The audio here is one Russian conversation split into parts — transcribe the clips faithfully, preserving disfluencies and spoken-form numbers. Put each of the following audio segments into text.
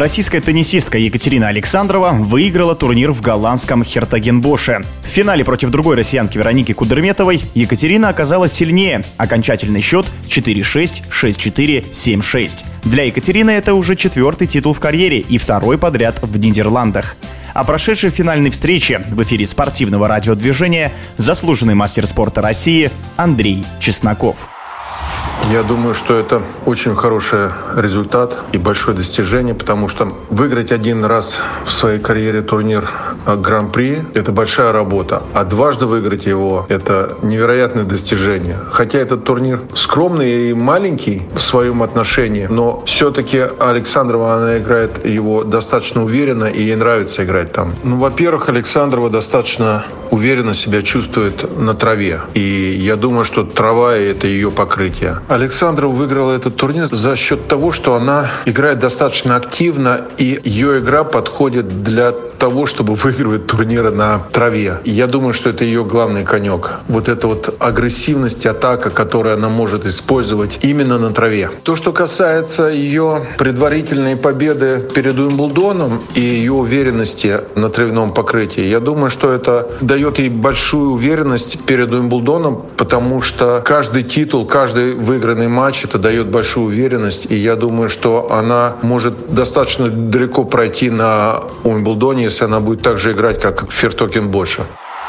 Российская теннисистка Екатерина Александрова выиграла турнир в голландском Хертагенбоше. В финале против другой россиянки Вероники Кудерметовой Екатерина оказалась сильнее. Окончательный счет четыре шесть, шесть четыре, семь шесть. Для Екатерины это уже четвертый титул в карьере и второй подряд в Нидерландах. О прошедшей финальной встрече в эфире спортивного радиодвижения заслуженный мастер спорта России Андрей Чесноков. Я думаю, что это очень хороший результат и большое достижение, потому что выиграть один раз в своей карьере турнир Гран-при – это большая работа, а дважды выиграть его – это невероятное достижение. Хотя этот турнир скромный и маленький в своем отношении, но все-таки Александрова, она играет его достаточно уверенно, и ей нравится играть там. Ну, во-первых, Александрова достаточно уверенно себя чувствует на траве, и я думаю, что трава – это ее покрытие. Александрова выиграла этот турнир за счет того, что она играет достаточно активно, и ее игра подходит для того, чтобы выигрывать турниры на траве. И я думаю, что это ее главный конек. Вот эта вот агрессивность, атака, которую она может использовать именно на траве. То, что касается ее предварительной победы перед Уимблдоном и ее уверенности на травяном покрытии, я думаю, что это дает ей большую уверенность перед Уимблдоном, потому что каждый титул, каждый выигранный матч, это дает большую уверенность. И я думаю, что она может достаточно далеко пройти на Уимблдоне, если она будет так же играть, как в Хертагенбоше.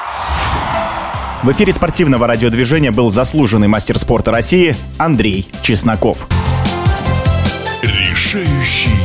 В эфире спортивного радиодвижения был заслуженный мастер спорта России Андрей Чесноков. Решающий